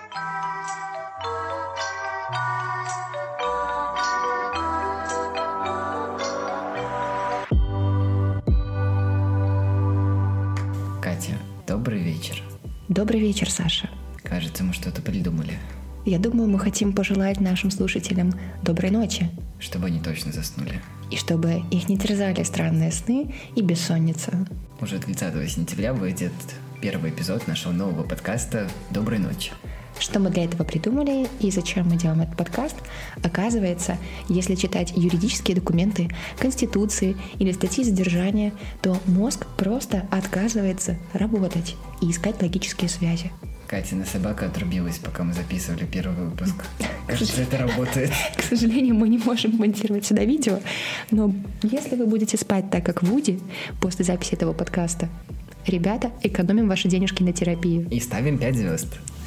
Катя, добрый вечер. Добрый вечер, Саша. Кажется, мы что-то придумали. Я думаю, мы хотим пожелать нашим слушателям доброй ночи. Чтобы они точно заснули. И чтобы их не терзали странные сны и бессонница. Уже 30 сентября выйдет первый эпизод нашего нового подкаста «Доброй ночи». Что мы для этого придумали и зачем мы делаем этот подкаст? Оказывается, если читать юридические документы, конституции или статьи задержания, то мозг просто отказывается работать и искать логические связи. Катина собака отрубилась, пока мы записывали первый выпуск. Кажется, это работает. К сожалению, мы не можем монтировать сюда видео, но если вы будете спать так, как Вуди, после записи этого подкаста, ребята, экономим ваши денежки на терапию. И ставим 5 звезд.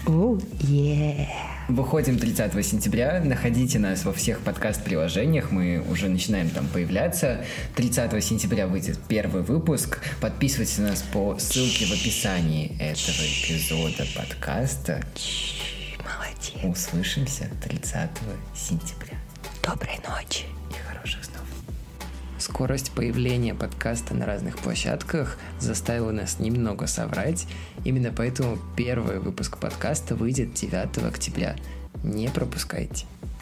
Выходим 30 сентября, находите нас во всех подкаст-приложениях, мы уже начинаем там появляться. 30 сентября выйдет первый выпуск, подписывайтесь на нас по ссылке в описании этого эпизода подкаста. Молодец. Услышимся 30 сентября. Доброй ночи. И хороших снов. Скорость появления подкаста на разных площадках заставила нас немного соврать. Именно поэтому первый выпуск подкаста выйдет 9 октября. Не пропускайте.